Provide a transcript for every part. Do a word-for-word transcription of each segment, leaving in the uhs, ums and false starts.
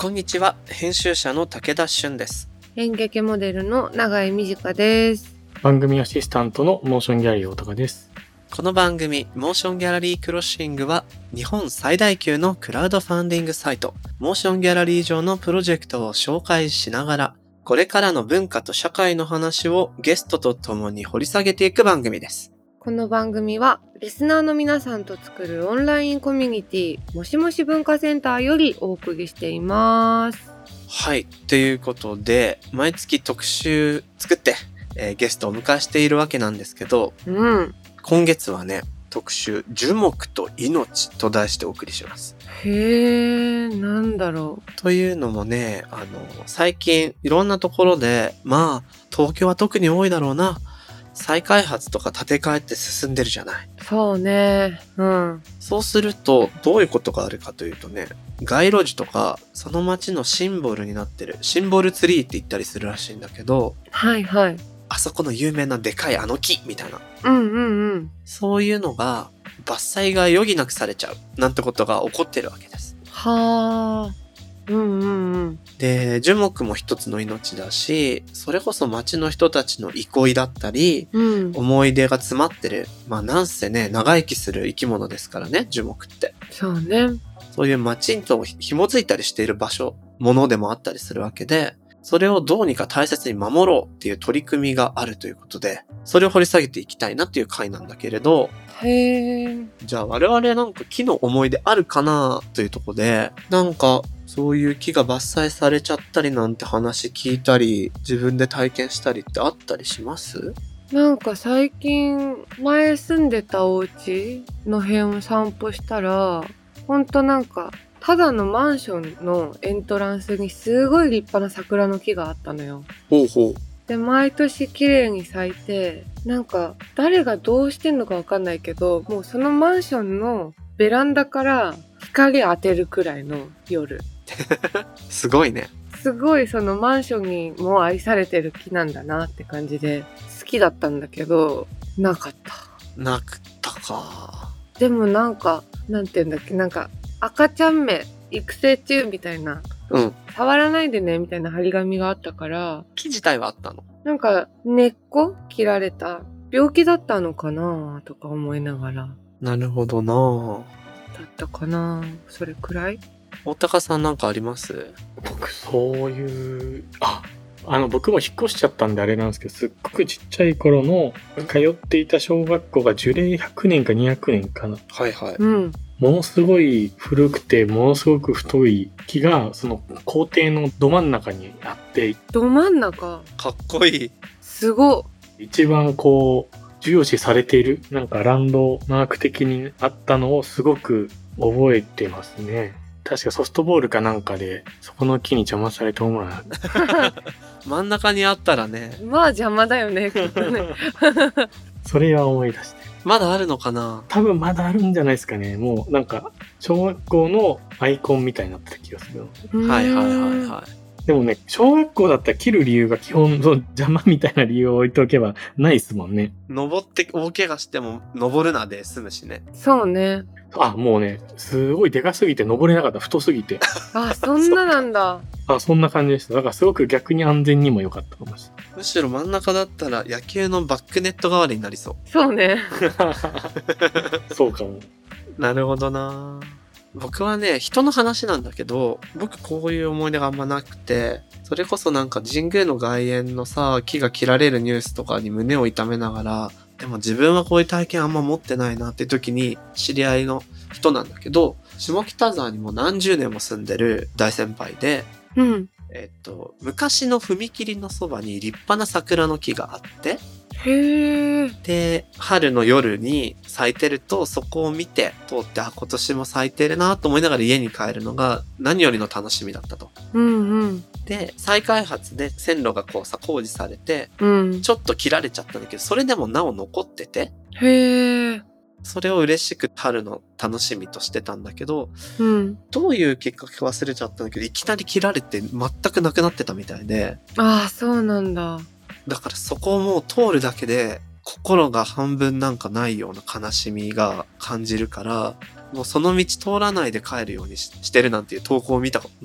こんにちは、編集者の武田俊です。 演劇モデルの永井美智香です。 番組アシスタントのモーションギャラリー大高です。 この番組モーションギャラリークロッシングは日本最大級のクラウドファンディングサイトモーションギャラリー上のプロジェクトを紹介しながら、これからの文化と社会の話をゲストと共に掘り下げていく番組です。 この番組はリスナーの皆さんと作るオンラインコミュニティもしもし文化センターよりお送りしています。 はい、ということで毎月特集作って、えー、ゲストをお迎えしているわけなんですけど、 うん、 今月はね特集樹木と命と題してお送りします。 へー、なんだろう。 というのもね、あの最近いろんなところで、まあ東京は特に多いだろうな、再開発とか建て替えって進んでるじゃない。 そうね、うん。 そうするとどういうことがあるかというとね、街路樹とかその街のシンボルになってるシンボルツリーって言ったりするらしいんだけど、 はいはい。 あそこの有名なでかいあの木みたいな、 うんうんうん。 そういうのが伐採が余儀なくされちゃうなんてことが起こってるわけです。 はー。うんうんうん。 で、樹木も一つの命だし、それこそ町の人たちの憩いだったり、 うん、 思い出が詰まってる。まあなんせね、長生きする生き物ですからね、樹木って。 そうね。 そういう町と紐づいたりしている場所、ものでもあったりするわけで、それをどうにか大切に守ろうっていう取り組みがあるということで、それを掘り下げていきたいなっていう回なんだけれど、 へー。 じゃあ我々なんか木の思い出あるかなというところで、なんかそういう木が伐採されちゃったりなんて話聞いたり、自分で体験したりってあったりします？ なんか最近前住んでたお家の辺を散歩したら、ほんとなんかただのマンションのエントランスにすごい立派な桜の木があったのよ。 ほうほう。 で、毎年綺麗に咲いて、なんか誰がどうしてんのかわかんないけど、もうそのマンションのベランダから光当てるくらいの夜。 すごいね。 すごいそのマンションにも愛されてる木なんだなって感じで好きだったんだけど、なかった。 なくったか。 でもなんか、なんて言うんだっけ、なんか赤ちゃん芽育成中みたいな、 うん。 触らないでねみたいな張り紙があったから、 木自体はあったの？ なんか根っこ切られた病気だったのかなとか思いながら。 なるほどな。 だったかな、それくらい。 大高さんなんかあります？ 僕そういうああの僕も引っ越しちゃったんであれなんですけど、すっごくちっちゃい頃の通っていた小学校が樹齢ひゃくねんかにひゃくねんかな。 はいはい。 うん。 ものすごい古くてものすごく太い木がその校庭のど真ん中にあって、 ど真ん中。 かっこいい。 すご。 一番こう重視されているなんかランドマーク的にあったのをすごく覚えてますね。確かソフトボールかなんかでそこの木に邪魔されたものな真ん中にあったらね。 まあ邪魔だよねきっとね。 それは思い出して、 まだあるのかな？ 多分まだあるんじゃないですかね。もうなんか小学校のアイコンみたいになってた気がする。 はいはいはいはい。 でもね、小学校だったら切る理由が基本その邪魔みたいな理由を置いておけばないですもんね。 登って大怪我しても登るなで済むしね。 そうね。 あ、もうね、すごいでかすぎて登れなかった。太すぎて。 あ、そんななんだ。 あ、そんな感じでした。だからすごく逆に安全にも良かったかもしれない。 むしろ真ん中だったら野球のバックネット代わりになりそう。 そうね。 そうかも。 なるほどな。僕はね、人の話なんだけど、僕こういう思い出があんまなくて、それこそなんか神宮の外苑のさ、木が切られるニュースとかに胸を痛めながら、でも自分はこういう体験あんま持ってないなって時に知り合いの人なんだけど、下北沢にも何十年も住んでる大先輩で、 うん。 えっと、昔の踏切のそばに立派な桜の木があって、 へえ。 で、春の夜に咲いてるとそこを見て通って、あ、今年も咲いてるなと思いながら家に帰るのが何よりの楽しみだったと。 うんうん。 で、再開発で線路がこうさ、工事されて、 うん。 ちょっと切られちゃったんだけど、それでもなお残ってて、 へえ。 それを嬉しく春の楽しみとしてたんだけど、 うん。 どういう結果か忘れちゃったんだけど、いきなり切られて全くなくなってたみたいで、 ああ、そうなんだ。 だからそこをもう通るだけで心が半分なんかないような悲しみが感じるから、もうその道通らないで帰るように し, してるなんていう投稿を見たのよ。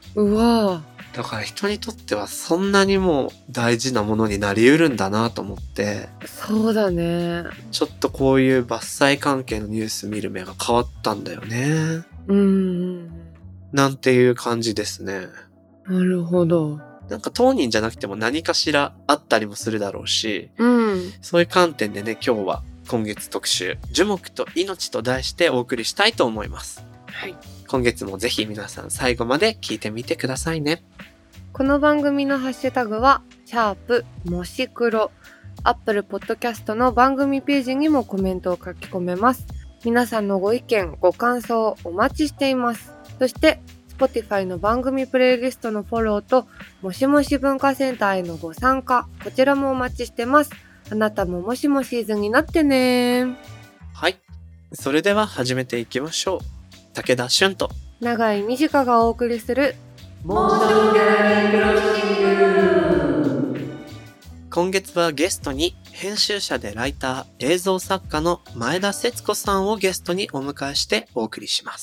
うわだから人にとってはそんなにも大事なものになり得るんだなと思って、 ー、そうだね。 ちょっとこういう伐採関係のニュース見る目が変わったんだよね。 うん。 なんていう感じですね。 なるほど。 なんか当人じゃなくても何かしらあったりもするだろうし、 うん。 そういう観点でね、今日は今月特集、樹木と命と題してお送りしたいと思います。 はい。 今月もぜひ皆さん最後まで聞いてみてくださいね。 この番組のハッシュタグは、シャープもし黒。アップルポッドキャストの番組ページにもコメントを書き込めます。皆さんのご意見、ご感想お待ちしています。そして、Spotify の番組プレイリストのフォローと、もしもし文化センターへのご参加、こちらもお待ちしてます。あなたももしもシーズンになってね。 はい。それでは始めていきましょう。武田俊と長井美智香がお送りするモーションギャラリークロッシング。今月はゲストに編集者でライター、映像作家の前田節子さんをゲストにお迎えしてお送りします。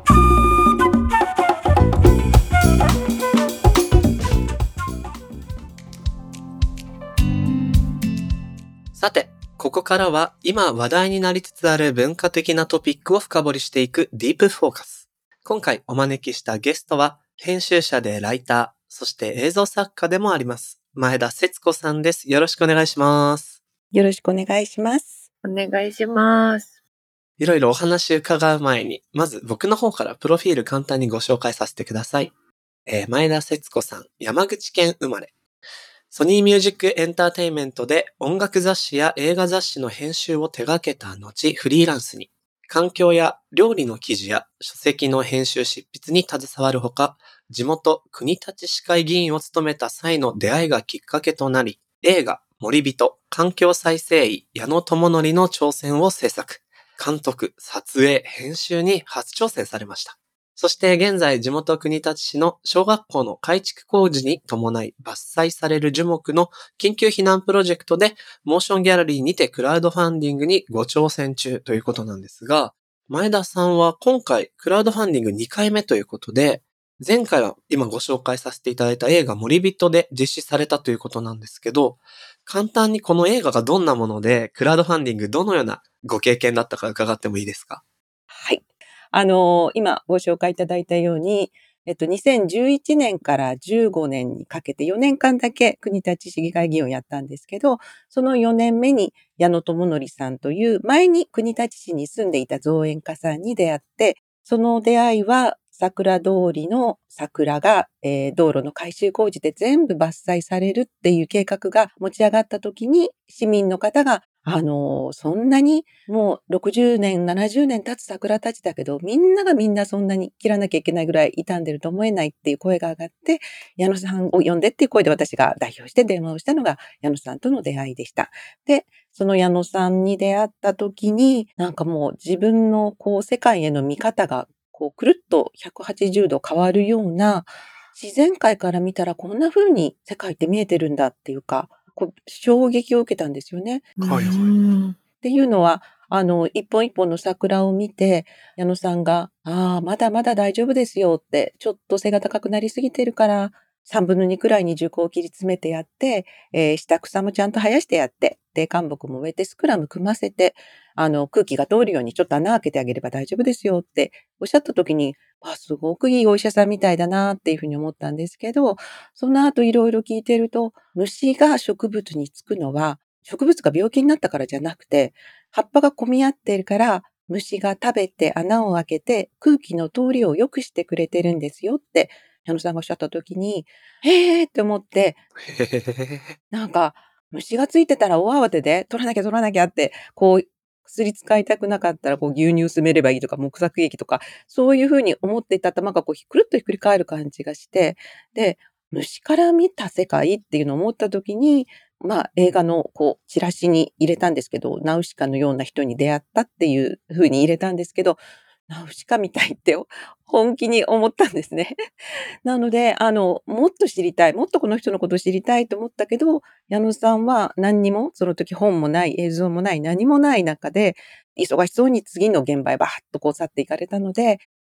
さて、ここからは今話題になりつつある文化的なトピックを深掘りしていくディープフォーカス。今回お招きしたゲストは編集者でライター、そして映像作家でもあります。前田節子さんです。よろしくお願いします。 よろしくお願いします。 お願いします。 いろいろお話伺う前に、まず僕の方からプロフィール簡単にご紹介させてください。えー、前田節子さん、山口県生まれ。ソニーミュージックエンターテインメントで音楽雑誌や映画雑誌の編集を手掛けた後、フリーランスに、環境や料理の記事や書籍の編集執筆に携わるほか、地元国立市会議員を務めた際の出会いがきっかけとなり、映画森人、環境再生医矢野智則の挑戦を制作、監督、撮影、編集に初挑戦されました。そして現在地元国立市の小学校の改築工事に伴い伐採される樹木の緊急避難プロジェクトでモーションギャラリーにてクラウドファンディングにご挑戦中ということなんですが、前田さんは今回クラウドファンディングにかいめということで、前回は今ご紹介させていただいた映画森人で実施されたということなんですけど、簡単にこの映画がどんなもので、クラウドファンディングどのようなご経験だったか伺ってもいいですか？ はい。あのー、今ご紹介いただいたように、えっと、にせんじゅういちねんからじゅうごねんにかけてよねんかんだけ国立市議会議員をやったんですけど、そのよねんめに矢野智則さんという前に国立市に住んでいた造園家さんに出会って、その出会いは桜通りの桜が、えー、道路の改修工事で全部伐採されるっていう計画が持ち上がった時に市民の方があのー、そんなにもうろくじゅうねん、ななじゅうねん経つ桜たちだけど、みんながみんなそんなに切らなきゃいけないぐらい傷んでると思えないっていう声が上がって、矢野さんを呼んでっていう声で私が代表して電話をしたのが矢野さんとの出会いでした。で、その矢野さんに出会った時に、なんかもう自分のこう世界への見方がこうくるっとひゃくはちじゅうど変わるような、自然界から見たらこんな風に世界って見えてるんだっていうか、こう衝撃を受けたんですよね。 はいはい。 っていうのは、あの、一本一本の桜を見て、矢野さんが、ああ、まだまだ大丈夫ですよって、ちょっと背が高くなりすぎてるから、さんぶんのにくらいに樹高を切り詰めてやって、えー、下草もちゃんと生やしてやって、で、灌木も植えてスクラム組ませて、あの、空気が通るようにちょっと穴開けてあげれば大丈夫ですよっておっしゃった時に、あ、すごくいいお医者さんみたいだなっていうふうに思ったんですけど、その後いろいろ聞いてると、虫が植物につくのは、植物が病気になったからじゃなくて、葉っぱが混み合っているから、虫が食べて穴を開けて空気の通りを良くしてくれてるんですよって、矢野さんがおっしゃった時に、へーって思って、 へへへへ。 なんか、虫がついてたら大慌てで、取らなきゃ取らなきゃって、こう、薬使いたくなかったら、こう、牛乳薄めればいいとか、木作液とか、そういうふうに思っていた頭が、こう、くるっとひっくり返る感じがして、で、虫から見た世界っていうのを思った時に、まあ、映画の、こう、チラシに入れたんですけど、ナウシカのような人に出会ったっていうふうに入れたんですけど、ナウシカみたいって本気に思ったんですね。なので、あの、もっと知りたい、もっとこの人のことを知りたいと思ったけど、矢野さんは何にも、その時本もない、映像もない、何もない中で、忙しそうに次の現場へバーッとこう去っていかれたので、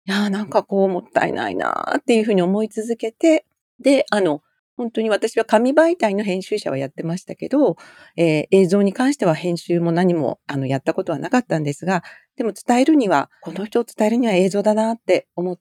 いやーなんかこうもったいないなーっていうふうに思い続けて、で、あの、本当に私は紙媒体の編集者はやってましたけど、えー映像に関しては編集も何もあのやったことはなかったんですが、でも伝えるには、この人を伝えるには映像だなって思って、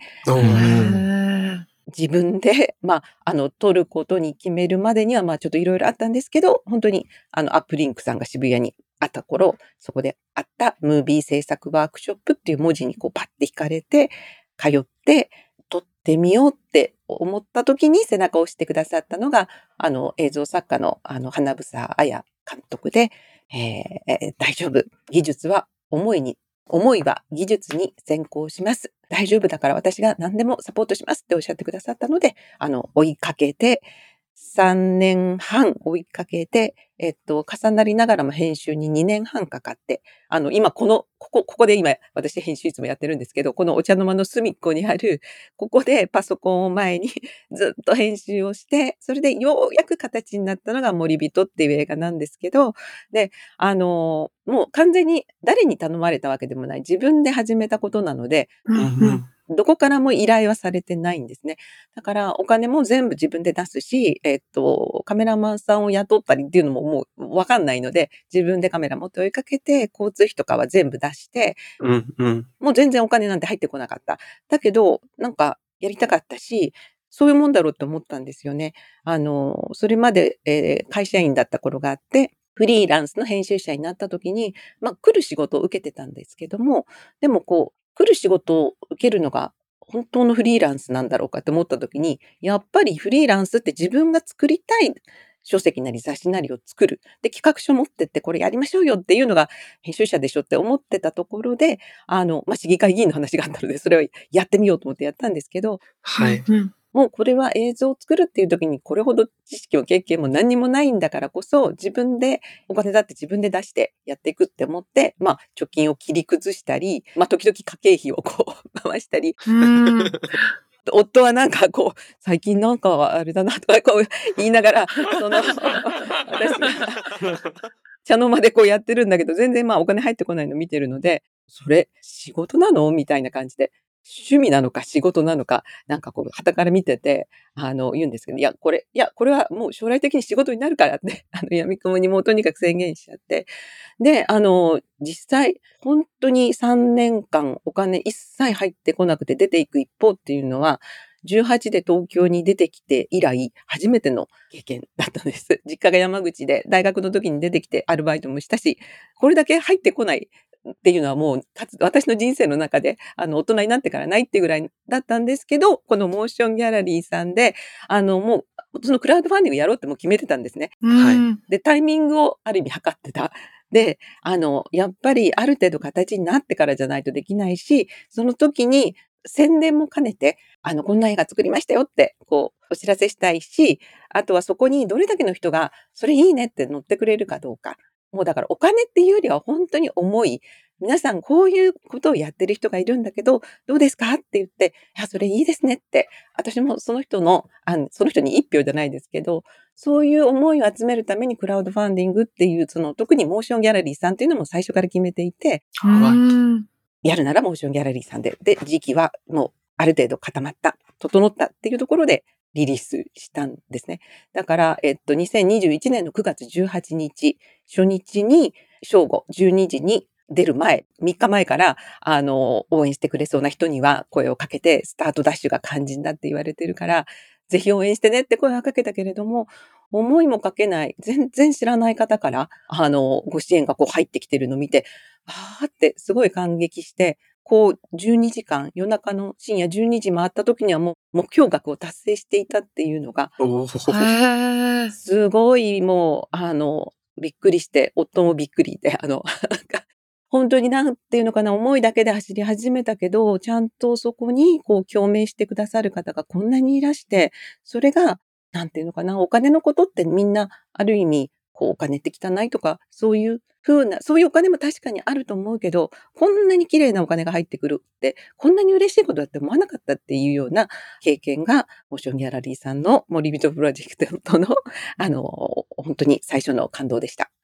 おへーー自分で、まあ、あの、撮ることに決めるまでには、まあ、ちょっといろいろあったんですけど、本当に、あの、アップリンクさんが渋谷にあった頃、そこであったムービー制作ワークショップっていう文字にこうパッて惹かれて、通って、撮ってみようって思った時に背中を押してくださったのが、あの、映像作家の、あの、花房彩監督で、えー大丈夫。技術は思いに思いは技術に先行します。大丈夫だから私が何でもサポートしますっておっしゃってくださったので、あの、追いかけて、さんねんはん追いかけて、えっと、重なりながらも編集ににねんはんかかって、あの、今この、ここ、ここで今、私編集いつもやってるんですけど、このお茶の間の隅っこにある、ここでパソコンを前にずっと編集をして、それでようやく形になったのが森人っていう映画なんですけど、で、あの、もう完全に誰に頼まれたわけでもない、自分で始めたことなので、 うんうんううんん。 どこからも依頼はされてないんですね。だからお金も全部自分で出すし、えっと、カメラマンさんを雇ったりっていうのももうわかんないので、自分でカメラ持って追いかけて、交通費とかは全部出して、 うんうん。 もう全然お金なんて入ってこなかった。だけど、なんかやりたかったし、そういうもんだろうって思ったんですよね。あの、それまで、えー会社員だった頃があって、フリーランスの編集者になった時に、まあ、来る仕事を受けてたんですけども、でもこう、来る仕事を受けるのが本当のフリーランスなんだろうかって思った時に、やっぱりフリーランスって自分が作りたい書籍なり雑誌なりを作る。で、企画書持ってってこれやりましょうよっていうのが編集者でしょって思ってたところで、あの、まあ、市議会議員の話があったので、それをやってみようと思ってやったんですけど、 はい。 うんもうこれは映像を作るっていう時にこれほど知識も経験も何にもないんだからこそ、自分でお金だって自分で出してやっていくって思って、まあ貯金を切り崩したり、まあ時々家計費をこう回したり、 うん夫はなんかこう、最近なんかあれだなとかこう言いながら、その、私が茶の間でこうやってるんだけど、全然まあお金入ってこないの見てるので、それ仕事なのみたいな感じで、趣味なのか仕事なのか、なんかこう、傍から見てて、あの、言うんですけど、いや、これ、いや、これはもう将来的に仕事になるからって、あの、闇雲にもうとにかく宣言しちゃって、で、あの、実際、本当にさんねんかんお金一切入ってこなくて出ていく一方っていうのは、じゅうはちで東京に出てきて以来、初めての経験だったんです。実家が山口で、大学の時に出てきてアルバイトもしたし、これだけ入ってこないっていうのはもう、かつ私の人生の中で、あの、大人になってからないっていうぐらいだったんですけど、このモーションギャラリーさんで、あの、もう、そのクラウドファンディングやろうってもう決めてたんですね。 うんで、タイミングをある意味測ってた。で、あの、やっぱりある程度形になってからじゃないとできないし、その時に宣伝も兼ねて、あの、こんな映画作りましたよって、こう、お知らせしたいし、あとはそこにどれだけの人が、それいいねって乗ってくれるかどうか。もうだからお金っていうよりは本当に重い。皆さんこういうことをやってる人がいるんだけど、どうですかって言って、いや、それいいですねって、私もその人の、あのその人に一票じゃないですけど、そういう思いを集めるためにクラウドファンディングっていう、その特にモーションギャラリーさんっていうのも最初から決めていて、 はい。 うんやるならモーションギャラリーさんで、で、時期はもうある程度固まった、整ったっていうところでリリースしたんですね。だから、えっと、にせんにじゅういちねんのくがつじゅうはちにち、初日に正午じゅうにじに出る前、みっかまえから、あの、応援してくれそうな人には声をかけて、スタートダッシュが肝心だって言われてるから、ぜひ応援してねって声をかけたけれども、思いもかけない、全然知らない方から、あの、ご支援がこう入ってきてるのを見て、あーってすごい感激して、こうじゅうにじかん、夜中の深夜じゅうにじ回った時にはもう目標額を達成していたっていうのが、 おーへえすごいもう、あの、びっくりして、夫もびっくりで、あの、なんか本当になんていうのかな、思いだけで走り始めたけど、ちゃんとそこにこう共鳴してくださる方がこんなにいらして、それが、なんていうのかな、お金のことってみんな、ある意味、こうお金って汚いとか、そういう風な、そういうお金も確かにあると思うけど、こんなに綺麗なお金が入ってくるって、こんなに嬉しいことだって思わなかったっていうような経験が、モーションギャラリーさんの森人プロジェクトの、あの、本当に最初の感動でした。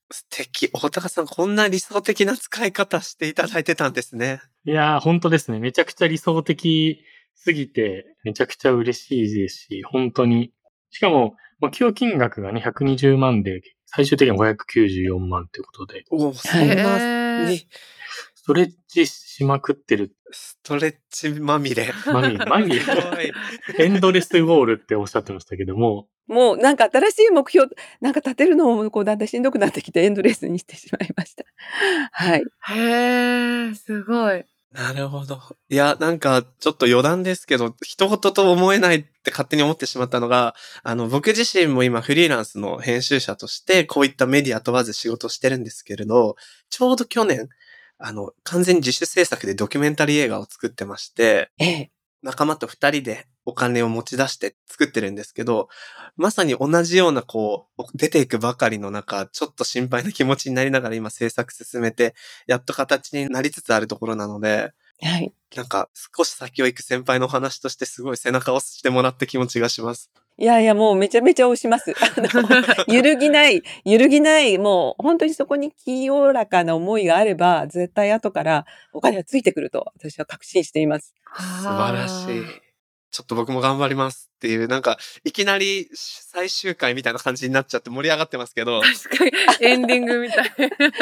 素敵。大高さん、こんな理想的な使い方していただいてたんですね。 いやー、本当ですね。めちゃくちゃ理想的すぎて、めちゃくちゃ嬉しいですし、本当に。しかも、目標金額がね、ひゃくにじゅうまんで、最終的にはごひゃくきゅうじゅうよんまんということで、 おお、そはいんなへーにストレッチしまくってる。 ストレッチまみれ。 マミ、マミ、 すごい。 エンドレスゴールっておっしゃってましたけども、 もうなんか新しい目標、なんか立てるのもこうだんだんしんどくなってきてエンドレスにしてしまいました。はい。 へえ、すごい。 なるほど。いや、なんか、ちょっと余談ですけど、人事と思えないって勝手に思ってしまったのが、あの、僕自身も今フリーランスの編集者として、こういったメディア問わず仕事をしてるんですけれど、ちょうど去年、あの、完全に自主制作でドキュメンタリー映画を作ってまして、 ええ。 仲間と二人でお金を持ち出して作ってるんですけど、まさに同じようなこう、出ていくばかりの中、ちょっと心配な気持ちになりながら今制作進めて、やっと形になりつつあるところなので、 はい。 なんか少し先を行く先輩のお話としてすごい背中を押してもらった気持ちがします。 いやいや、もうめちゃめちゃ押します。あの、揺るぎない、揺るぎない、もう本当にそこに清らかな思いがあれば、絶対後からお金はついてくると私は確信しています。 素晴らしい。ちょっと僕も頑張りますっていう、なんか、いきなり最終回みたいな感じになっちゃって盛り上がってますけど、 確かに、エンディングみたい。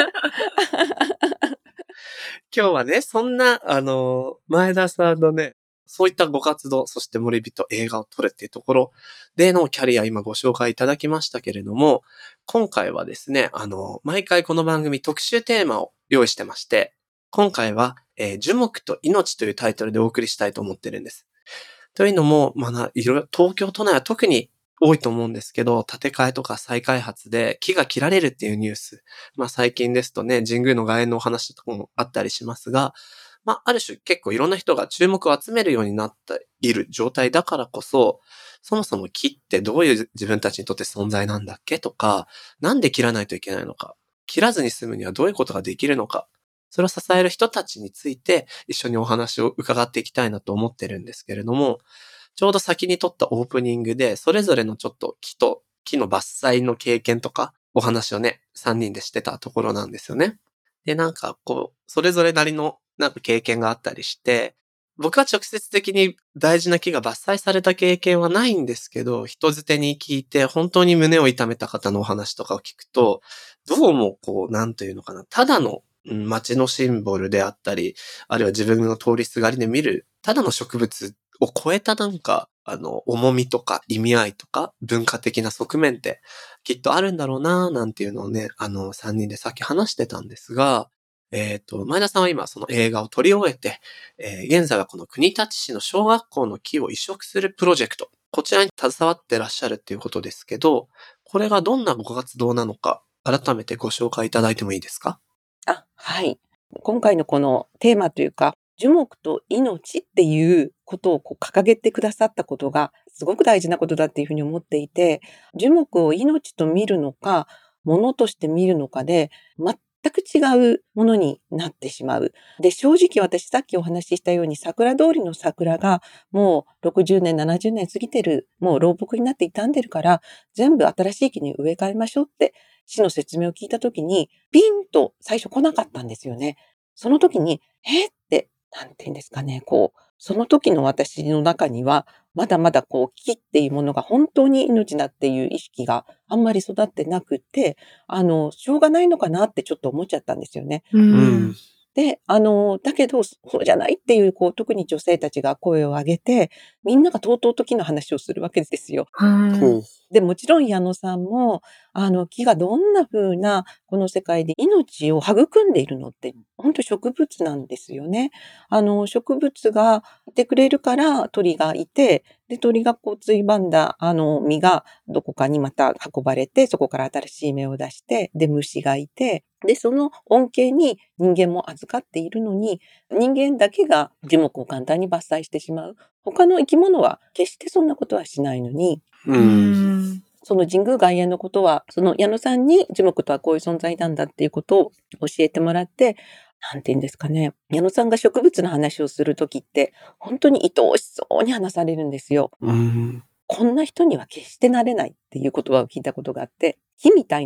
今日はね、そんな、あの、前田さんのね、そういったご活動、そして森人映画を撮るっていうところでのキャリア今ご紹介いただきましたけれども、今回はですね、あの、毎回この番組特集テーマを用意してまして、今回は、えー樹木と命というタイトルでお送りしたいと思ってるんです。というのも、まあな、いろいろ、東京都内は特に多いと思うんですけど、建て替えとか再開発で木が切られるっていうニュース。まあ最近ですとね、神宮の外苑のお話とかもあったりしますが、まあある種結構いろんな人が注目を集めるようになっている状態だからこそ、そもそも木ってどういう自分たちにとって存在なんだっけとか、なんで切らないといけないのか、切らずに済むにはどういうことができるのか、それを支える人たちについて一緒にお話を伺っていきたいなと思ってるんですけれども、ちょうど先に撮ったオープニングで、それぞれのちょっと木と木の伐採の経験とか、お話をね、さんにんでしてたところなんですよね。で、なんかこう、それぞれなりのなんか経験があったりして、僕は直接的に大事な木が伐採された経験はないんですけど、人づてに聞いて本当に胸を痛めた方のお話とかを聞くと、どうもこう、なんというのかな、ただのうん街のシンボルであったり、あるいは自分の通りすがりで見る、ただの植物を超えたなんか、あの、重みとか意味合いとか文化的な側面ってきっとあるんだろうななんていうのをね、あの、さんにんでさっき話してたんですが、えっと、前田さんは今その映画を撮り終えて、えー現在はこの国立市の小学校の木を移植するプロジェクト、こちらに携わってらっしゃるっていうことですけど、これがどんなご活動なのか、改めてご紹介いただいてもいいですか？ あ、はい。今回のこのテーマというか、樹木と命っていうことをこう掲げてくださったことがすごく大事なことだっていうふうに思っていて、樹木を命と見るのか、物として見るのかで、全く違うものになってしまう。で、正直私さっきお話ししたように桜通りの桜がもうろくじゅうねん、ななじゅうねん過ぎてる、もう老木になって傷んでるから、全部新しい木に植え替えましょうって市の説明を聞いたときに、ピンと最初来なかったんですよね。その時に、えって、なんて言うんですかね、こう、その時の私の中には、まだまだこう、木っていうものが本当に命だっていう意識があんまり育ってなくて、あの、しょうがないのかなってちょっと思っちゃったんですよね。 ううんん。 で、あの、だけど、そうじゃないっていう、こう、特に女性たちが声を上げて、みんながとうとうと木の話をするわけですよ。 はいほう。 で、もちろん矢野さんも、あの、木がどんな風なこの世界で命を育んでいるのって、本当植物なんですよね。あの、植物がいてくれるから鳥がいて、で、鳥がこう、ついばんだ、あの、実がどこかにまた運ばれて、そこから新しい芽を出して、で、虫がいて、で、その恩恵に人間も預かっているのに、人間だけが樹木を簡単に伐採してしまう。他の生き物は決してそんなことはしないのに、 う。 うんん。 その神宮外苑のことは、その矢野さんに樹木とはこういう存在なんだっていうことを教えてもらって、なんて言うんですかね。矢野さんが植物の話をするときって、本当に愛おしそうに話されるんですよ。 うん。 こんな人には決してなれないっていう言葉を聞いたことがあって、木みたいな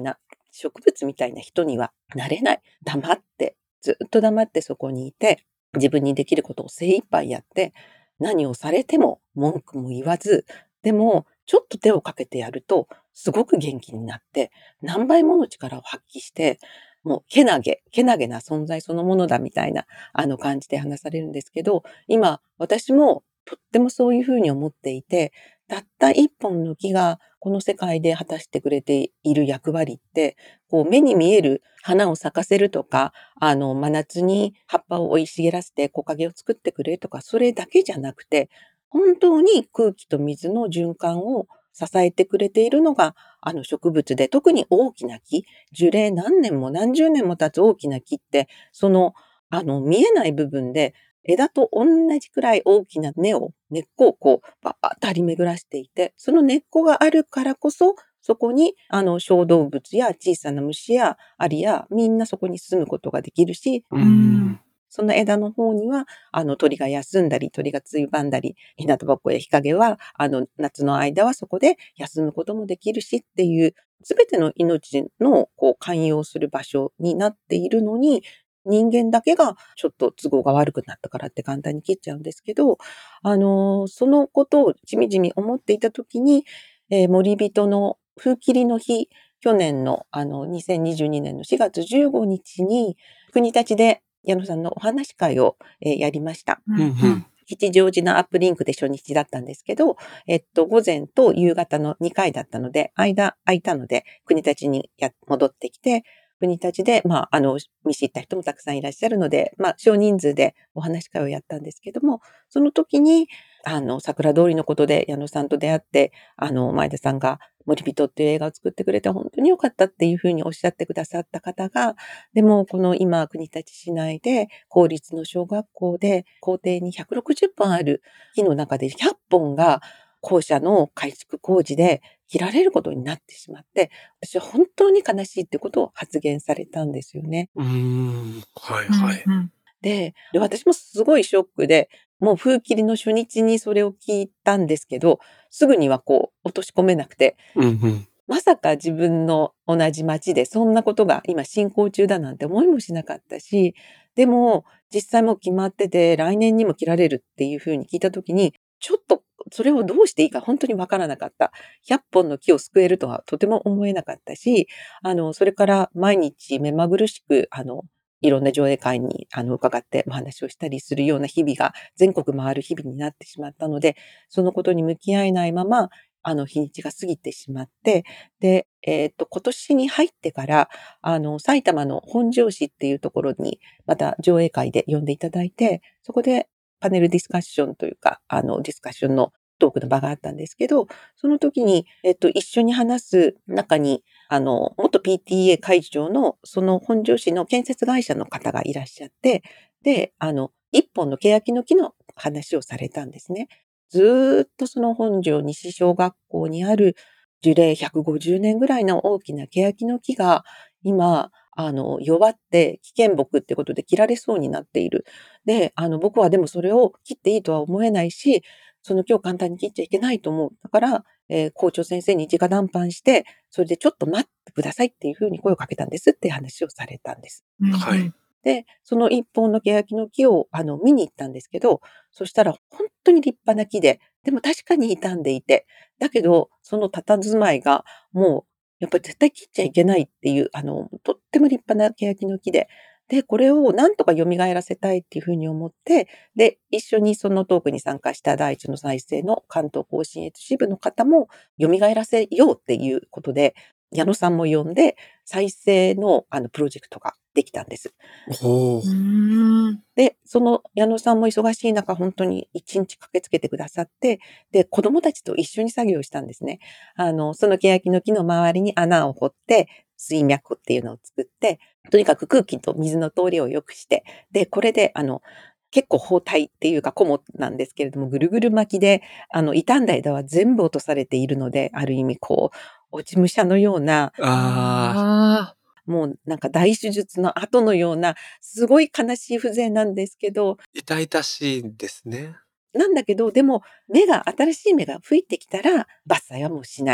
植物みたいな人にはなれない。黙って、ずっと黙ってそこにいて、自分にできることを精一杯やって、何をされても文句も言わず、でも、ちょっと手をかけてやると、すごく元気になって、何倍もの力を発揮して、もう、けなげ、けなげな存在そのものだみたいな、あの感じで話されるんですけど、今、私もとってもそういうふうに思っていて、たった一本の木がこの世界で果たしてくれている役割って、こう目に見える花を咲かせるとか、あの真夏に葉っぱを生い茂らせて木陰を作ってくれとか、それだけじゃなくて、本当に空気と水の循環を支えてくれているのがあの植物で、特に大きな木、樹齢何年も何十年も経つ大きな木って、そのあの見えない部分で枝と同じくらい大きな根を、根っこをこう、ばーっと張り巡らしていて、その根っこがあるからこそ、そこに、あの、小動物や小さな虫やアリや、みんなそこに住むことができるし、 うん。 その枝の方には、あの、鳥が休んだり、鳥がついばんだり、日向ぼっこや日陰は、あの、夏の間はそこで休むこともできるしっていう、すべての命の、こう、寛容する場所になっているのに、人間だけがちょっと都合が悪くなったからって簡単に切っちゃうんですけど、あの、そのことをじみじみ思っていたときに、えー森人の風切りの日、去年のあのにせんにじゅうにねんのしがつじゅうごにちに国立で矢野さんのお話会を、えーやりました。 うんうん吉祥寺のアップリンクで初日だったんですけど、えっと、午前と夕方のにかいだったので、間空いたので、国立にや戻ってきて、国立で、まあ、あの、見知った人もたくさんいらっしゃるので、まあ、少人数でお話し会をやったんですけども、その時に、あの、桜通りのことで矢野さんと出会って、あの、前田さんが森人っていう映画を作ってくれて本当に良かったっていうふうにおっしゃってくださった方が、でも、この今、国立市内で、公立の小学校で、校庭にひゃくろくじゅっぽんある木の中でひゃっぽんが、校舎の改築工事で切られることになってしまって、私は本当に悲しいってことを発言されたんですよね。 うーん。はいはい。 で、で私もすごいショックで、もう風切りの初日にそれを聞いたんですけど、すぐにはこう落とし込めなくて、 うんうん。 まさか自分の同じ町でそんなことが今進行中だなんて思いもしなかったし、でも実際もう決まってて来年にも切られるっていうふうに聞いたときに、ちょっとそれをどうしていいか本当にわからなかった。ひゃっぽんの木を救えるとはとても思えなかったし、あの、それから毎日目まぐるしく、あの、いろんな上映会にあの伺ってお話をしたりするような日々が全国回る日々になってしまったので、そのことに向き合えないまま、あの日にちが過ぎてしまって、で、えっと、今年に入ってから、あの、埼玉の本庄市っていうところに、また上映会で呼んでいただいて、そこでパネルディスカッションというか、あの、ディスカッションのトークの場があったんですけど、その時に、えっと、一緒に話す中に、あの、元 ピーティーエー 会長の、その本庄市の建設会社の方がいらっしゃって、で、あの、一本の欅の木の話をされたんですね。ずーっとその本庄西小学校にある樹齢ひゃくごじゅうねんぐらいの大きな欅の木が今、あの、弱って危険木ってことで切られそうになっている。で、あの、僕はでもそれを切っていいとは思えないし、その木を簡単に切っちゃいけないと思う。だから、えー校長先生に直談判して、それでちょっと待ってくださいっていうふうに声をかけたんですって話をされたんです。 はい。 で、その一本の欅の木を、あの、見に行ったんですけど、そしたら本当に立派な木で、でも確かに傷んでいて、だけど、その佇まいが、もう、やっぱり絶対切っちゃいけないっていう、あの、とっても立派な欅の木で、で、これをなんとか蘇らせたいっていうふうに思って、で、一緒にそのトークに参加した第一の再生の関東甲信越支部の方も、蘇らせようっていうことで、矢野さんも呼んで、再生のあのプロジェクトができたんです。 おー。 で、その矢野さんも忙しい中、本当に一日駆けつけてくださって、で、子供たちと一緒に作業したんですね。あの、その欅の木の周りに穴を掘って、水脈っていうのを作って、とにかく空気と水の通りを良くして、で、これで、あの、結構包帯っていうか、コモなんですけれども、ぐるぐる巻きで、あの、傷んだ枝は全部落とされているので、ある意味、こう、落ち武者のような、 ああもうなんか大手術の後のような、すごい悲しい風情なんですけど、 ー、痛々しいんですね。 なんだけど、でも、芽が、新しい芽が吹いてきたら、伐採はもうしない。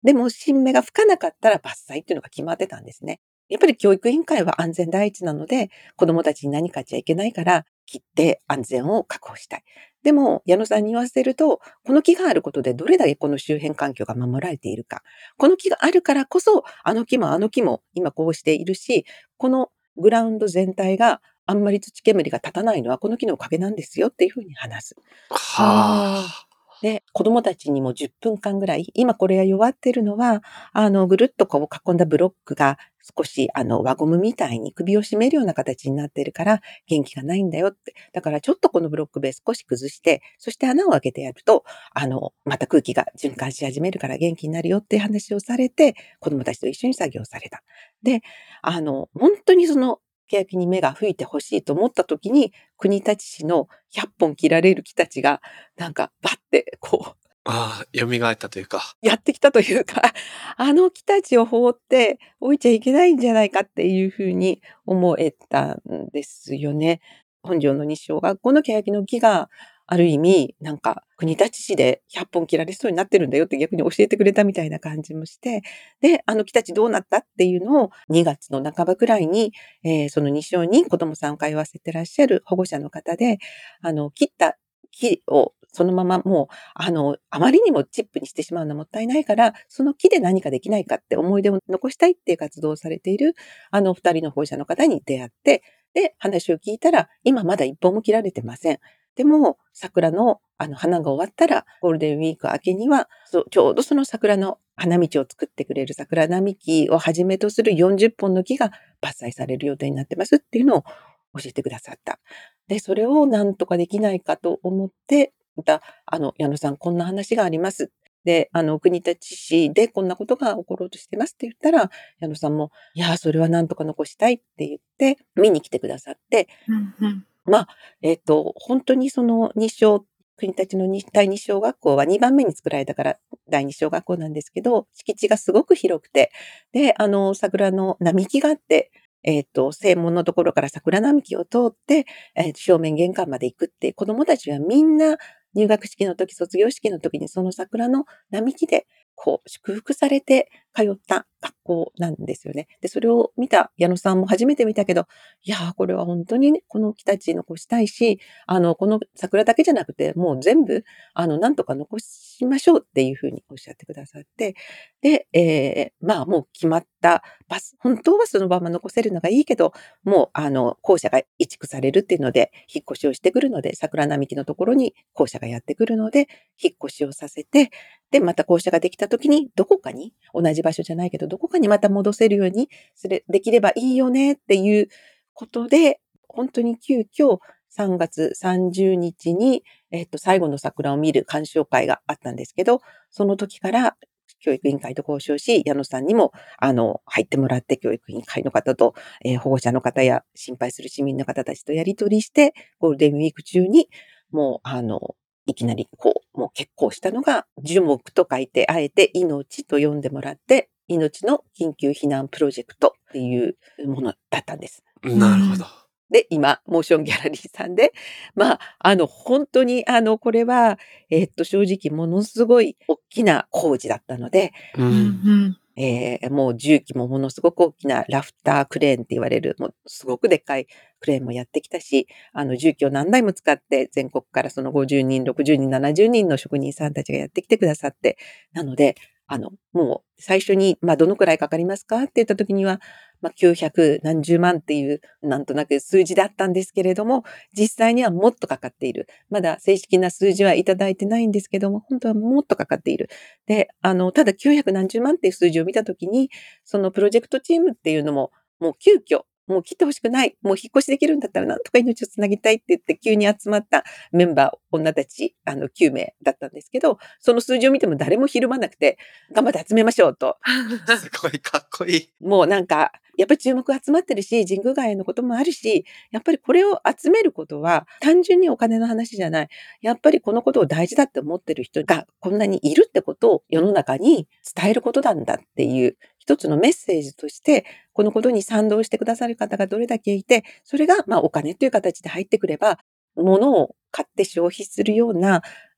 でも新芽が吹かなかったら伐採っていうのが決まってたんですね。やっぱり教育委員会は安全第一なので、子供たちに何かあっちゃいけないから、切って安全を確保したい。でも、矢野さんに言わせると、この木があることでどれだけこの周辺環境が守られているか。この木があるからこそ、あの木もあの木も今こうしているし、このグラウンド全体があんまり土煙が立たないのはこの木のおかげなんですよっていうふうに話す。 はあ。 で、子供たちにもじゅっぷんかんぐらい、今これが弱ってるのは、あの、ぐるっとこう囲んだブロックが少しあの輪ゴムみたいに首を絞めるような形になってるから元気がないんだよって。だからちょっとこのブロック塀少し崩して、そして穴を開けてやると、あの、また空気が循環し始めるから元気になるよっていう話をされて、子供たちと一緒に作業された。で、あの、本当にその、欅に芽が吹いてほしいと思った時に、国立市のひゃっぽん切られる木たちが、なんかバッてこう、 ああ、蘇ったというか。 やってきたというか、あの木たちを放って置いちゃいけないんじゃないかっていうふうに思えたんですよね。本庄の西小学校の欅の木がある意味、なんか国立市でひゃっぽん切られそうになってるんだよって逆に教えてくれたみたいな感じもして、で、あの木たちどうなったっていうのをにがつの半ばくらいに、えーその西小に子供さんを通わせてらっしゃる保護者の方で、あの、切った木をそのままもう、あの、あまりにもチップにしてしまうのはもったいないから、その木で何かできないかって思い出を残したいっていう活動をされている、あの二人の保護者の方に出会って、で、話を聞いたら、今まだ一本も切られてません。でも、桜のあの花が終わったら、ゴールデンウィーク明けには、そうちょうどその桜の花道を作ってくれる桜並木をはじめとするよんじゅっぽんの木が伐採される予定になってますっていうのを教えてくださった。で、それをなんとかできないかと思って、また、あの、矢野さん、こんな話があります。で、あの、国立市でこんなことが起ころうとしてますって言ったら、矢野さんも、いやー、それはなんとか残したいって言って、見に来てくださって、 うんうんまあ、えっと、本当にその日小、国立のに第二小学校はにばんめに作られたから第二小学校なんですけど、敷地がすごく広くて、で、あの、桜の並木があって、えっと、正門のところから桜並木を通って、えー正面玄関まで行くって、子供たちはみんな入学式の時、卒業式の時にその桜の並木で、こう、祝福されて通った学校なんですよね。で、それを見た矢野さんも初めて見たけど、いやー、これは本当にね、この木たち残したいし、あの、この桜だけじゃなくて、もう全部、あの、なんとか残しましょうっていうふうにおっしゃってくださって、で、えーまあ、もう決まったバス、本当はそのまま残せるのがいいけど、もう、あの、校舎が移築されるっていうので、引っ越しをしてくるので、桜並木のところに校舎がやってくるので、引っ越しをさせて、で、また校舎ができた時に、どこかに、同じ場所じゃないけど、どこかにまた戻せるようにすれ、できればいいよねっていうことで、本当に急遽さんがつさんじゅうにちに、えっと、最後の桜を見る鑑賞会があったんですけど、その時から教育委員会と交渉し、矢野さんにも、あの、入ってもらって、教育委員会の方と、えー保護者の方や心配する市民の方たちとやり取りして、ゴールデンウィーク中に、もう、あの、いきなり、こう、もう結構したのが、樹木と書いて、あえて命と呼んでもらって、命の緊急避難プロジェクトっていうものだったんです。 なるほど。 で、今、モーションギャラリーさんで、まあ、あの、本当に、あの、これは、えっと、正直、ものすごい大きな工事だったので、 う。 うんんえーもう重機もものすごく大きなラフタークレーンって言われる、もうすごくでっかいクレーンもやってきたし、あの重機を何台も使って全国からそのごじゅうにん、ろくじゅうにん、ななじゅうにんの職人さんたちがやってきてくださって、なので、あの、もう最初に、まあ、どのくらいかかりますかって言った時には、まあ、きゅうひゃくなんじゅうまんっていう、なんとなく数字だったんですけれども、実際にはもっとかかっている。まだ正式な数字はいただいてないんですけども、本当はもっとかかっている。で、あの、ただきゅうひゃくなんじゅうまんっていう数字を見たときに、そのプロジェクトチームっていうのも、もう急遽、もう切ってほしくない。もう引っ越しできるんだったらなんとか命をつなぎたいって言って急に集まったメンバー、女たち、あの、きゅうめいだったんですけど、その数字を見ても誰もひるまなくて、頑張って集めましょうと。 すごいかっこいい。 もうなんか、やっぱり注目集まってるし、神宮外苑のこともあるし、やっぱりこれを集めることは単純にお金の話じゃない。やっぱりこのことを大事だって思ってる人がこんなにいるってことを世の中に伝えることなんだっていう一つのメッセージとして、このことに賛同してくださる方がどれだけいて、それがまあお金という形で入ってくれば、物を買って消費するような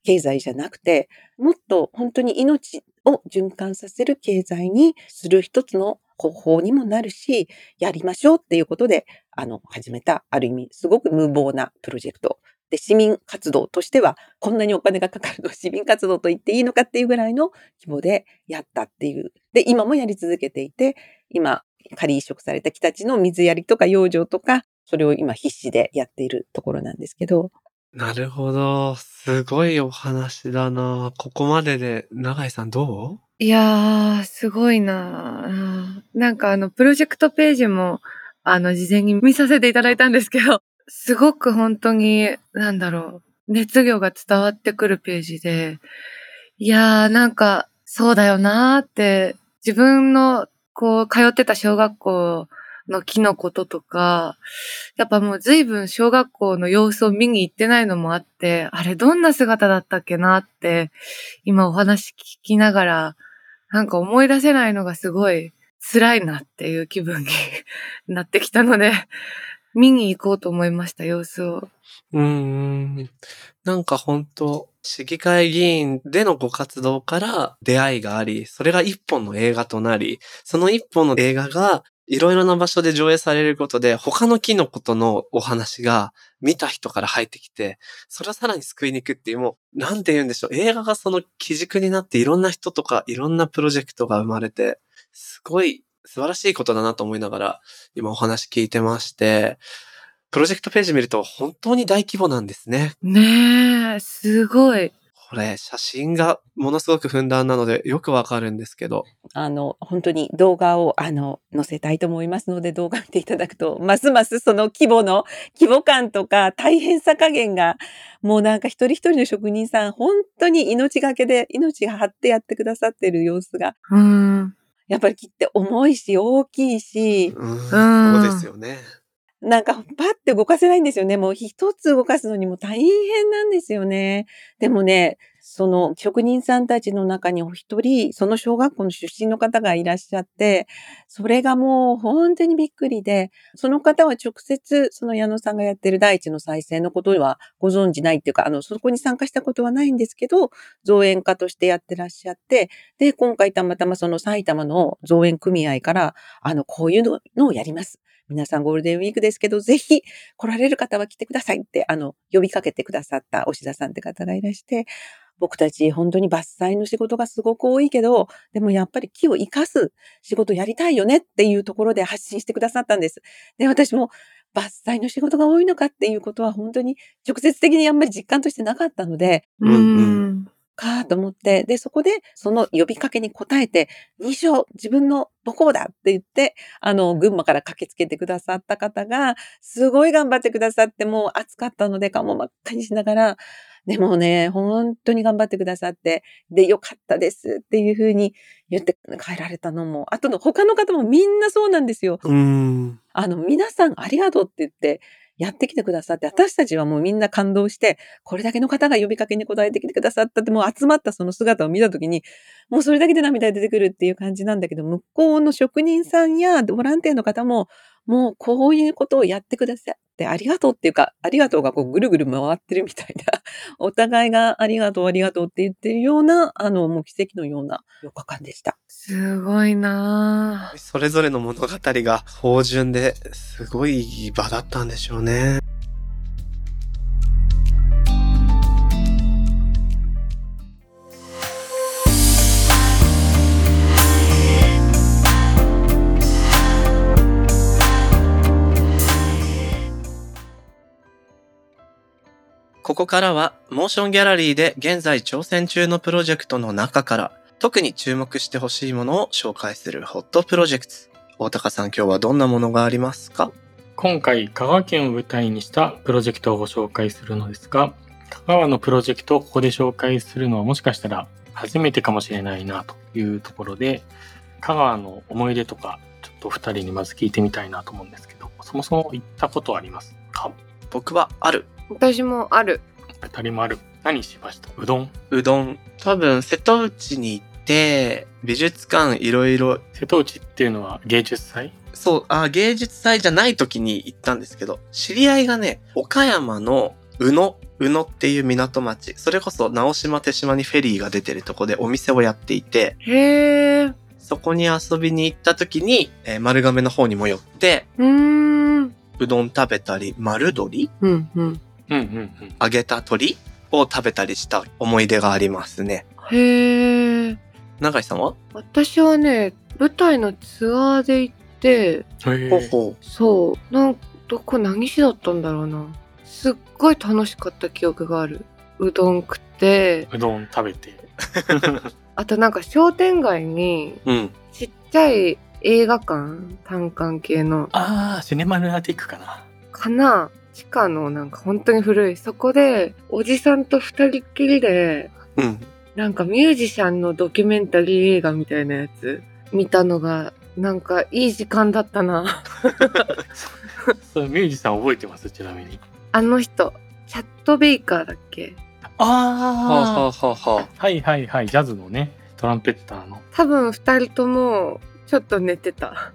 経済じゃなくて、もっと本当に命を循環させる経済にする一つの方法にもなるし、やりましょうっていうことで、あの、始めた、ある意味、すごく無謀なプロジェクト。で、市民活動としては、こんなにお金がかかるの市民活動と言っていいのかっていうぐらいの規模でやったっていう。で、今もやり続けていて、今、仮移植された木たちの水やりとか養生とか、それを今必死でやっているところなんですけど。 なるほど。すごいお話だな。ここまでで、永井さんどう？ いやー、すごいな。なんかあの、プロジェクトページも、あの、事前に見させていただいたんですけど、すごく本当に、なんだろう、熱量が伝わってくるページで、いやー、なんか、そうだよなーって、自分の、こう、通ってた小学校の木のこととか、やっぱもう随分小学校の様子を見に行ってないのもあって、あれどんな姿だったっけなって、今お話聞きながら、なんか思い出せないのがすごい辛いなっていう気分になってきたので、見に行こうと思いました、様子を。 うーん。なんか本当市議会議員でのご活動から出会いがあり、それが一本の映画となり、その一本の映画がいろいろな場所で上映されることで、他のキノコとのお話が見た人から入ってきて、それをさらに救いに行くっていう、もう、なんて言うんでしょう。映画がその基軸になっていろんな人とかいろんなプロジェクトが生まれて、すごい素晴らしいことだなと思いながら、今お話聞いてまして、プロジェクトページ見ると本当に大規模なんですね。 ねえ、すごい。 これ、写真がものすごくふんだんなのでよくわかるんですけど。 あの、本当に動画を、あの、載せたいと思いますので、動画見ていただくと、ますますその規模の、規模感とか大変さ加減が、もうなんか一人一人の職人さん、本当に命がけで、命が張ってやってくださってる様子が、 うーん。 やっぱり木って重いし、大きいし、 うーん、そうですよね。 なんかパッて動かせないんですよね。もう一つ動かすのにも大変なんですよね。でもね、その職人さんたちの中にお一人、その小学校の出身の方がいらっしゃって、それがもう本当にびっくりで、その方は直接その矢野さんがやってる大地の再生のことはご存じないっていうか、あの、そこに参加したことはないんですけど、造園家としてやってらっしゃって、で、今回たまたまその埼玉の造園組合から、あの、こういうのをやります。皆さんゴールデンウィークですけど、ぜひ来られる方は来てくださいって、あの、呼びかけてくださった押田さんって方がいらして、僕たち本当に伐採の仕事がすごく多いけど、でもやっぱり木を生かす仕事やりたいよねっていうところで発信してくださったんです。で、私も伐採の仕事が多いのかっていうことは本当に直接的にあんまり実感としてなかったので、 うーん。 かと思って、で、そこで、その呼びかけに応えて、認証、自分の母校だって言って、あの、群馬から駆けつけてくださった方が、すごい頑張ってくださって、もう暑かったので、顔も真っ赤にしながら、でもね、本当に頑張ってくださって、で、よかったですっていうふうに言って帰られたのも、あとの他の方もみんなそうなんですよ。 うーん。 あの、皆さんありがとうって言って、やってきてくださって、私たちはもうみんな感動して、これだけの方が呼びかけに応えてきてくださったって、もう集まったその姿を見たときに、もうそれだけで涙が出てくるっていう感じなんだけど、向こうの職人さんやボランティアの方も、もうこういうことをやってくださってありがとうっていうか、ありがとうがこうぐるぐる回ってるみたいな、お互いがありがとうありがとうって言ってるような、あの、もう奇跡のようなよっかかんでした。 すごいなぁ。 それぞれの物語が芳醇ですごい場だったんでしょうね。ここからはモーションギャラリーで現在挑戦中のプロジェクトの中から特に注目してほしいものを紹介するホットプロジェクト。大高さん、今日はどんなものがありますか？ 今回、香川県を舞台にしたプロジェクトをご紹介するのですが、香川のプロジェクトをここで紹介するのはもしかしたら初めてかもしれないなというところで、香川の思い出とかちょっとふたりにまず聞いてみたいなと思うんですけど、そもそも行ったことはありますか？ 僕はある。 私もある。 ふたりもある。何しました？うどん？ うどん。多分瀬戸内に行って美術館いろいろ。 瀬戸内っていうのは芸術祭？ そう、あ、芸術祭じゃない時に行ったんですけど、知り合いがね、岡山の宇野宇野っていう港町、それこそ直島手島にフェリーが出てるとこでお店をやっていて、 へー。 そこに遊びに行った時に、えー丸亀の方にも寄って、 うーん。 うどん食べたり、丸鶏うんうん。 うんうんうん。 揚げた鶏を食べたりした思い出がありますね。 へー。 永井さんは？ 私はね、舞台のツアーで行って、 へえ。 ほうほそう、なんどこ何市だったんだろうな。すっごい楽しかった記憶がある。うどん食って、 うどん食べて。 あとなんか商店街にう。うん。 ちっちゃい映画館、単館系のああ、シネマルナティックかな。 かな、地下のなんか本当に古い、そこでおじさんと二人っきりでうん。 なんかミュージシャンのドキュメンタリー映画みたいなやつ見たのがなんかいい時間だったな。 それミュージシャン覚えてます？ちなみに。 あの人、チャットベイカーだっけ？ はあはああはあはあ。 あ。はいはいはい。ジャズのね、トランペッターの。 多分二人ともちょっと寝てた。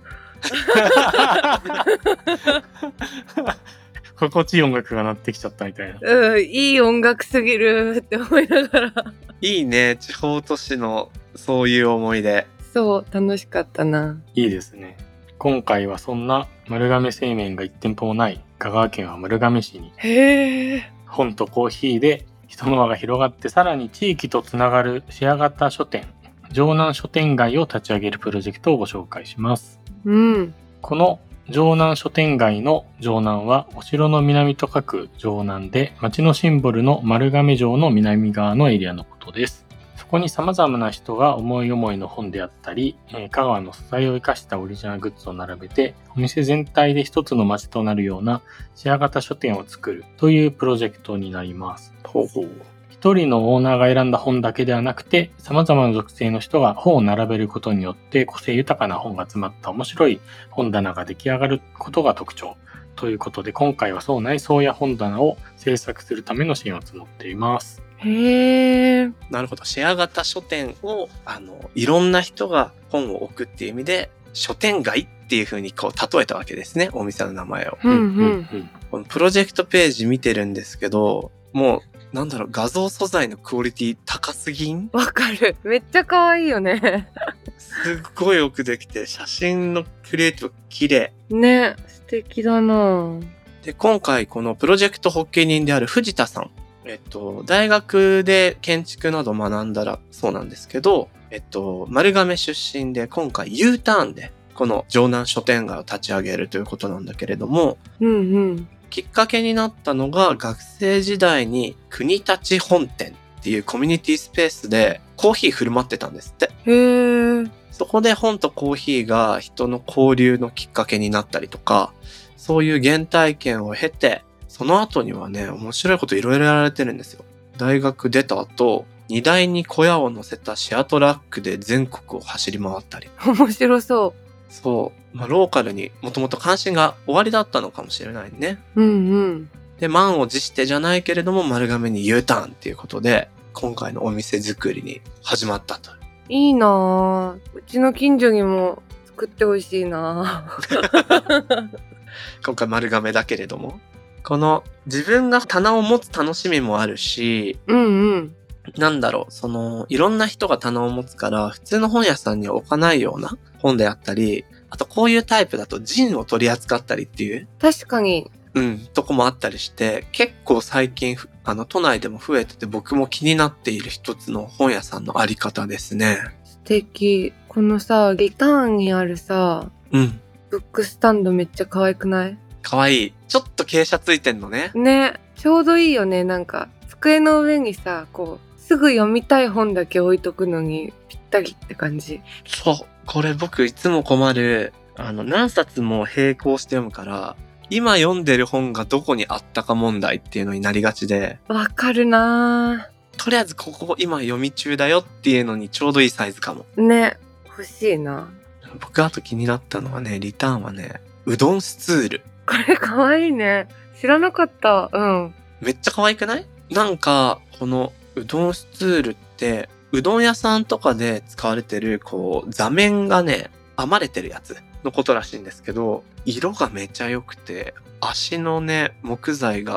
心地いい音楽が鳴ってきちゃったみたいな。 うん、いい音楽すぎるって思いながら。 いいね、地方都市のそういう思い出。 そう、楽しかったな。 いいですね。今回はそんな丸亀製麺が一店舗もない香川県は丸亀市にへえ。 本とコーヒーで人の輪が広がって、さらに地域とつながるシェア型書店、城南書店街を立ち上げるプロジェクトをご紹介します。 うん。 この城南書店街の城南はお城の南と書く城南で、町のシンボルの丸亀城の南側のエリアのことです。そこに様々な人が思い思いの本であったり、えー香川の素材を生かしたオリジナルグッズを並べて、お店全体で一つの街となるようなシェア型書店を作るというプロジェクトになります。 ほうほう。 一人のオーナーが選んだ本だけではなくて、様々な属性の人が本を並べることによって個性豊かな本が詰まった面白い本棚が出来上がることが特徴。ということで、今回はそう内装や本棚を制作するための支援を募っています。 へえ。 なるほど。シェア型書店を、あの、いろんな人が本を置くっていう意味で、書店街っていう風にこう例えたわけですね。お店の名前を。 うんうん。 うんこのプロジェクトページ見てるんですけど、もう、なんだろう、画像素材のクオリティ高すぎん？ わかる。めっちゃ可愛いよね。 すっごいよくできて、写真のクリエイティブ綺麗。 ね、素敵だな。 で、今回このプロジェクト発起人である藤田さん。えっと、大学で建築など学んだらそうなんですけど、えっと、丸亀出身で今回 U ターンでこの城南書店街を立ち上げるということなんだけれども、 うんうん。 きっかけになったのが学生時代に国立本店っていうコミュニティスペースでコーヒー振る舞ってたんですって。 へえ。 そこで本とコーヒーが人の交流のきっかけになったりとか、そういう原体験を経て、その後にはね、面白いこといろいろやられてるんですよ。大学出た後、荷台に小屋を乗せたシェアトラックで全国を走り回ったり。 面白そそう。まあ、ローカルにもともと関心が終わりだったのかもしれないね。 う。うんうん。 で、満を持してじゃないけれども、丸亀に U ターンっていうことで、今回のお店作りに始まったと。 いいなぁ。うちの近所にも作ってほしいなぁ。 今回丸亀だけれども。この自分が棚を持つ楽しみもあるし、 うんうん。 なんだろう、その、いろんな人が棚を持つから、普通の本屋さんには置かないような本であったり、あとこういうタイプだとジンを取り扱ったりっていう、 確かに。 うん、とこもあったりして、結構最近、あの、都内でも増えてて僕も気になっている一つの本屋さんのあり方ですね。 素敵。このさ、リターンにあるさ、 うん。 ブックスタンドめっちゃ可愛くない？ かわいい。ちょっと傾斜ついてんのね。 ね、ちょうどいいよね。なんか、机の上にさ、こう、すぐ読みたい本だけ置いとくのにぴったりって感じ。 そう。これ僕いつも困る。あの、何冊も並行して読むから、今読んでる本がどこにあったか問題っていうのになりがちで、 わかるなとりあえずここ今読み中だよっていうのにちょうどいいサイズかも。 ぁ。ね、欲しいな。 僕あと気になったのはね、リターンはね、うどんスツール。 これ可愛いね。知らなかった。うん。 めっちゃ可愛くない？なんか、このうどんスツールって、うどん屋さんとかで使われてる、こう、座面がね、編まれてるやつのことらしいんですけど、色がめちゃ良くて、足のね、木材が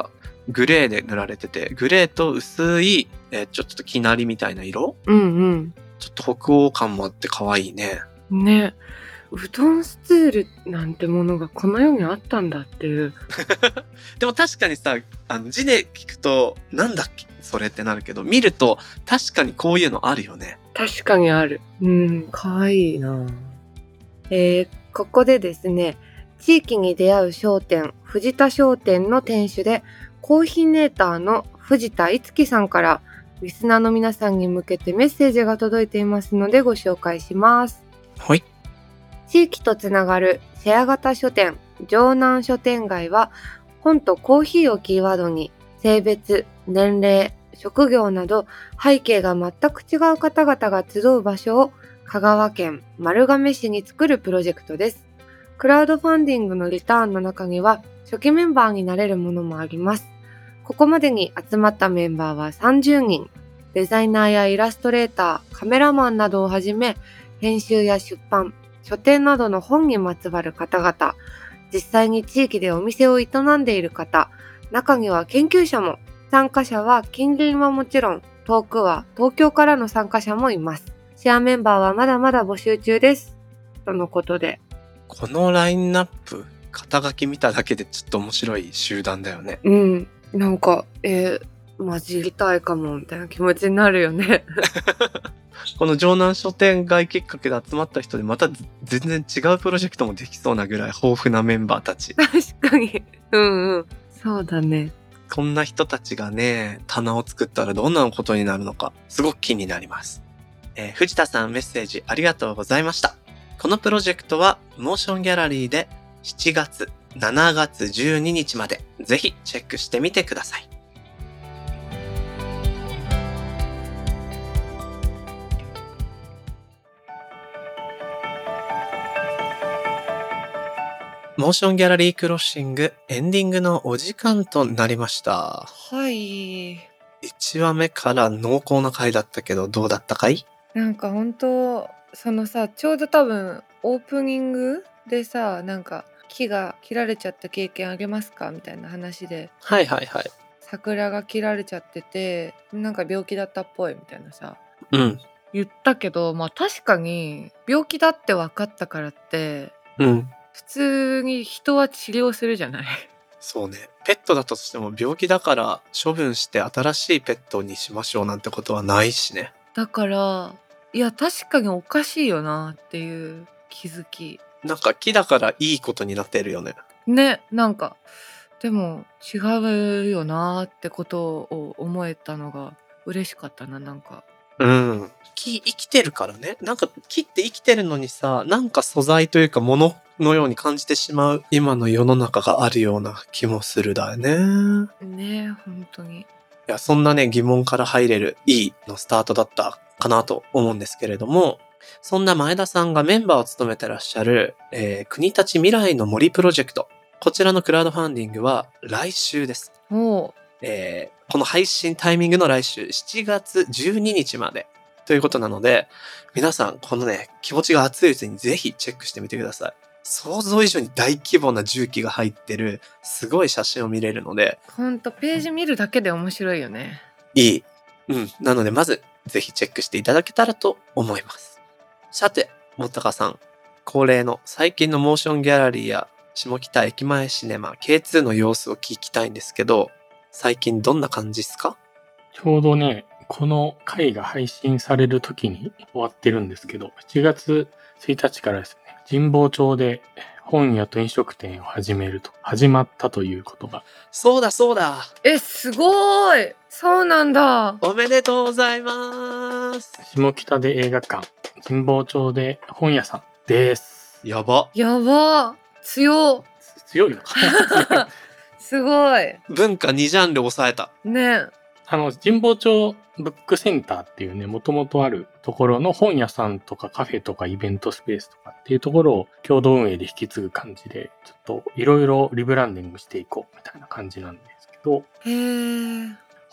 グレーで塗られてて、グレーと薄い、えーちょっときなりみたいな色、 うんちょっと北欧感もあって可愛いね。 うん。ね。うどんスツールなんてものがこの世にあったんだっていう。 でも確かにさ、あの字で聞くと、なんだっけそれってなるけど、見ると確かにこういうのあるよね。 確かにある。うん、かわいいな。えー、ここでですね、地域に出会う商店、藤田商店の店主で、コーヒーネーターの藤田いつきさんから、リスナーの皆さんに向けてメッセージが届いていますのでご紹介します。 はい。 地域とつながるシェア型書店、城南書店街は、本とコーヒーをキーワードに、性別、年齢、職業など背景が全く違う方々が集う場所を香川県丸亀市に作るプロジェクトです。クラウドファンディングのリターンの中には初期メンバーになれるものもあります。ここまでに集まったメンバーはさんじゅうにん。デザイナーやイラストレーター、カメラマンなどをはじめ、編集や出版、書店などの本にまつわる方々、実際に地域でお店を営んでいる方、中には研究者も、参加者は近隣はもちろん、遠くは東京からの参加者もいます。シェアメンバーはまだまだ募集中です。とのことで。 このラインナップ、肩書き見ただけでちょっと面白い集団だよね。 うん。なんか、えー、混じりたいかも、みたいな気持ちになるよね。 この城南書店街きっかけで集まった人でまた全然違うプロジェクトもできそうなぐらい豊富なメンバーたち。 確かに。うんうん。そうだね。 こんな人たちがね、棚を作ったらどんなことになるのか、すごく気になります。えー、藤田さんメッセージありがとうございました。このプロジェクトは、モーションギャラリーでしちがつ、しちがつじゅうににちまで、ぜひチェックしてみてください。モーションギャラリークロッシングエンディングのお時間となりました。 はい。 いちわめから濃厚な回だったけどどうだったかい？ なんか本当そのさ、ちょうど多分オープニングでさ、なんか木が切られちゃった経験あげますかみたいな話で、 はいはいはい。 桜が切られちゃってて、なんか病気だったっぽいみたいなさ、 うん。 言ったけど、まあ確かに病気だって分かったからって、 うん。 普通に人は治療するじゃない。 そうね。ペットだとしても病気だから処分して新しいペットにしましょうなんてことはないしね。 だから、いや確かにおかしいよなっていう気づき。 なんか木だからいいことになってるよね。 ね、なんかでも違うよなってことを思えたのが嬉しかったな、なんか。 うん。木生きてるからね。なんか木って生きてるのにさ、なんか素材というか物のように感じてしまう今の世の中があるような気もするだよね。 ね、本当に。 いや、そんなね、疑問から入れるいいのスタートだったかなと思うんですけれども、そんな前田さんがメンバーを務めてらっしゃる、えー、国立未来の森プロジェクト。こちらのクラウドファンディングは来週です。 おう。 えー、この配信タイミングの来週しちがつじゅうににちまでということなので、皆さんこのね、気持ちが熱いうちにぜひチェックしてみてください。想像以上に大規模な重機が入ってるすごい写真を見れるので、 ほんとページ見るだけで面白いよね。 いい。うん。なのでまずぜひチェックしていただけたらと思います。さて、もったかさん、恒例の最近のモーションギャラリーや下北駅前シネマ ケーツー の様子を聞きたいんですけど、最近どんな感じですか？ ちょうどね、この回が配信される時に終わってるんですけど、しちがつついたちからですね、神保町で本屋と飲食店を始めると、始まったということが。 そうだそうだ。 え、すごーい。そうなんだ。 おめでとうございます。 下北で映画館、神保町で本屋さんです。 やば。 やば。強。 強いのかすごい。 文化にジャンル抑えた。 ね。 あの、神保町ブックセンターっていうね、もともとあるところの本屋さんとかカフェとかイベントスペースとかっていうところを共同運営で引き継ぐ感じで、ちょっといろいろリブランディングしていこうみたいな感じなんですけど、 へー。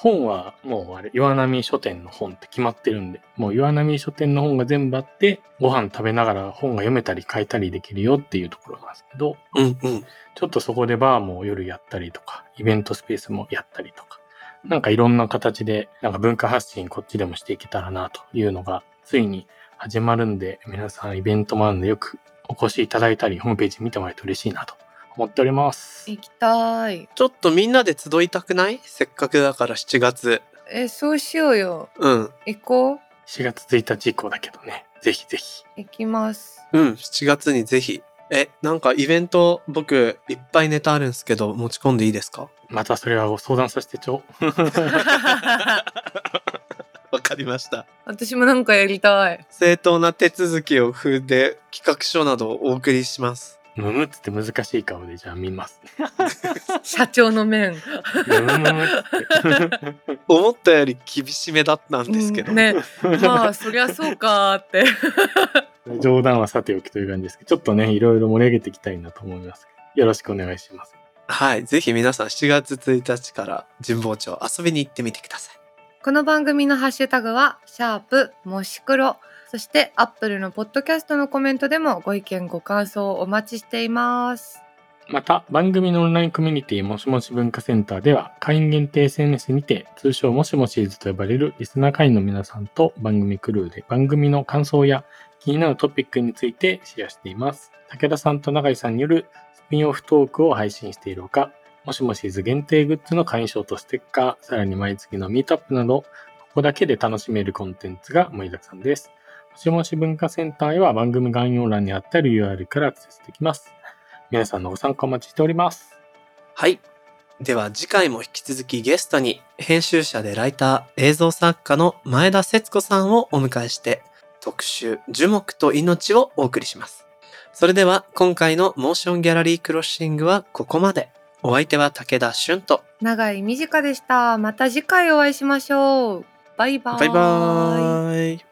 本はもうあれ、岩波書店の本って決まってるんで、もう岩波書店の本が全部あって、ご飯食べながら本が読めたり書いたりできるよっていうところなんですけど、 うんうん。 ちょっとそこでバーも夜やったりとか、イベントスペースもやったりとか、なんかいろんな形で、なんか文化発信こっちでもしていけたらなというのが、ついに始まるんで、皆さんイベントもあるんでよくお越しいただいたり、ホームページ見てもらえると嬉しいなと思っております。 行きたい。 ちょっとみんなで集いたくない？せっかくだからしちがつ。 え、そうしようよ。 うん。 行こう。 しがつついたち以降だけどね。ぜひぜひ。 行きます。 うん、しちがつにぜひ。え、なんかイベント僕いっぱいネタあるんですけど持ち込んでいいですか？ またそれはご相談させてちょ。 わかりました。 私もなんかやりたい。 正当な手続きを踏んで企画書などをお送りします。 むむっつって難しい顔でじゃあ見ます。 社長の面。 むむむむっつって。 思ったより厳しめだったんですけど。 うんね。まあそりゃそうかーって。 冗談はさておきという感じですけど、ちょっとね、いろいろ盛り上げていきたいなと思います。よろしくお願いします。 はい。ぜひ皆さんしちがつついたちから神保町遊びに行ってみてください。 この番組のハッシュタグは、シャープもし黒。そして、アップルのポッドキャストのコメントでもご意見ご感想をお待ちしています。 また、番組のオンラインコミュニティもしもし文化センターでは、会員限定 エスエヌエス にて、通称もしもしーずと呼ばれるリスナー会員の皆さんと番組クルーで番組の感想や気になるトピックについてシェアしています。武田さんと永井さんによるスピンオフトークを配信しているほか、もしもしーず限定グッズの会員証とステッカー、さらに毎月のミートアップなど、ここだけで楽しめるコンテンツが盛りだくさんです。もしもし文化センターへは番組概要欄にあった ユーアール からアクセスできます。皆さんのご参加お待ちしております。 はい。では次回も引き続きゲストに編集者でライター、映像作家の前田節子さんをお迎えして特集樹木と命をお送りします。それでは今回のモーションギャラリークロッシングはここまで。お相手は武田俊と長井美智香でした。また次回お会いしましょう。バイバーイ。 バイバーイ。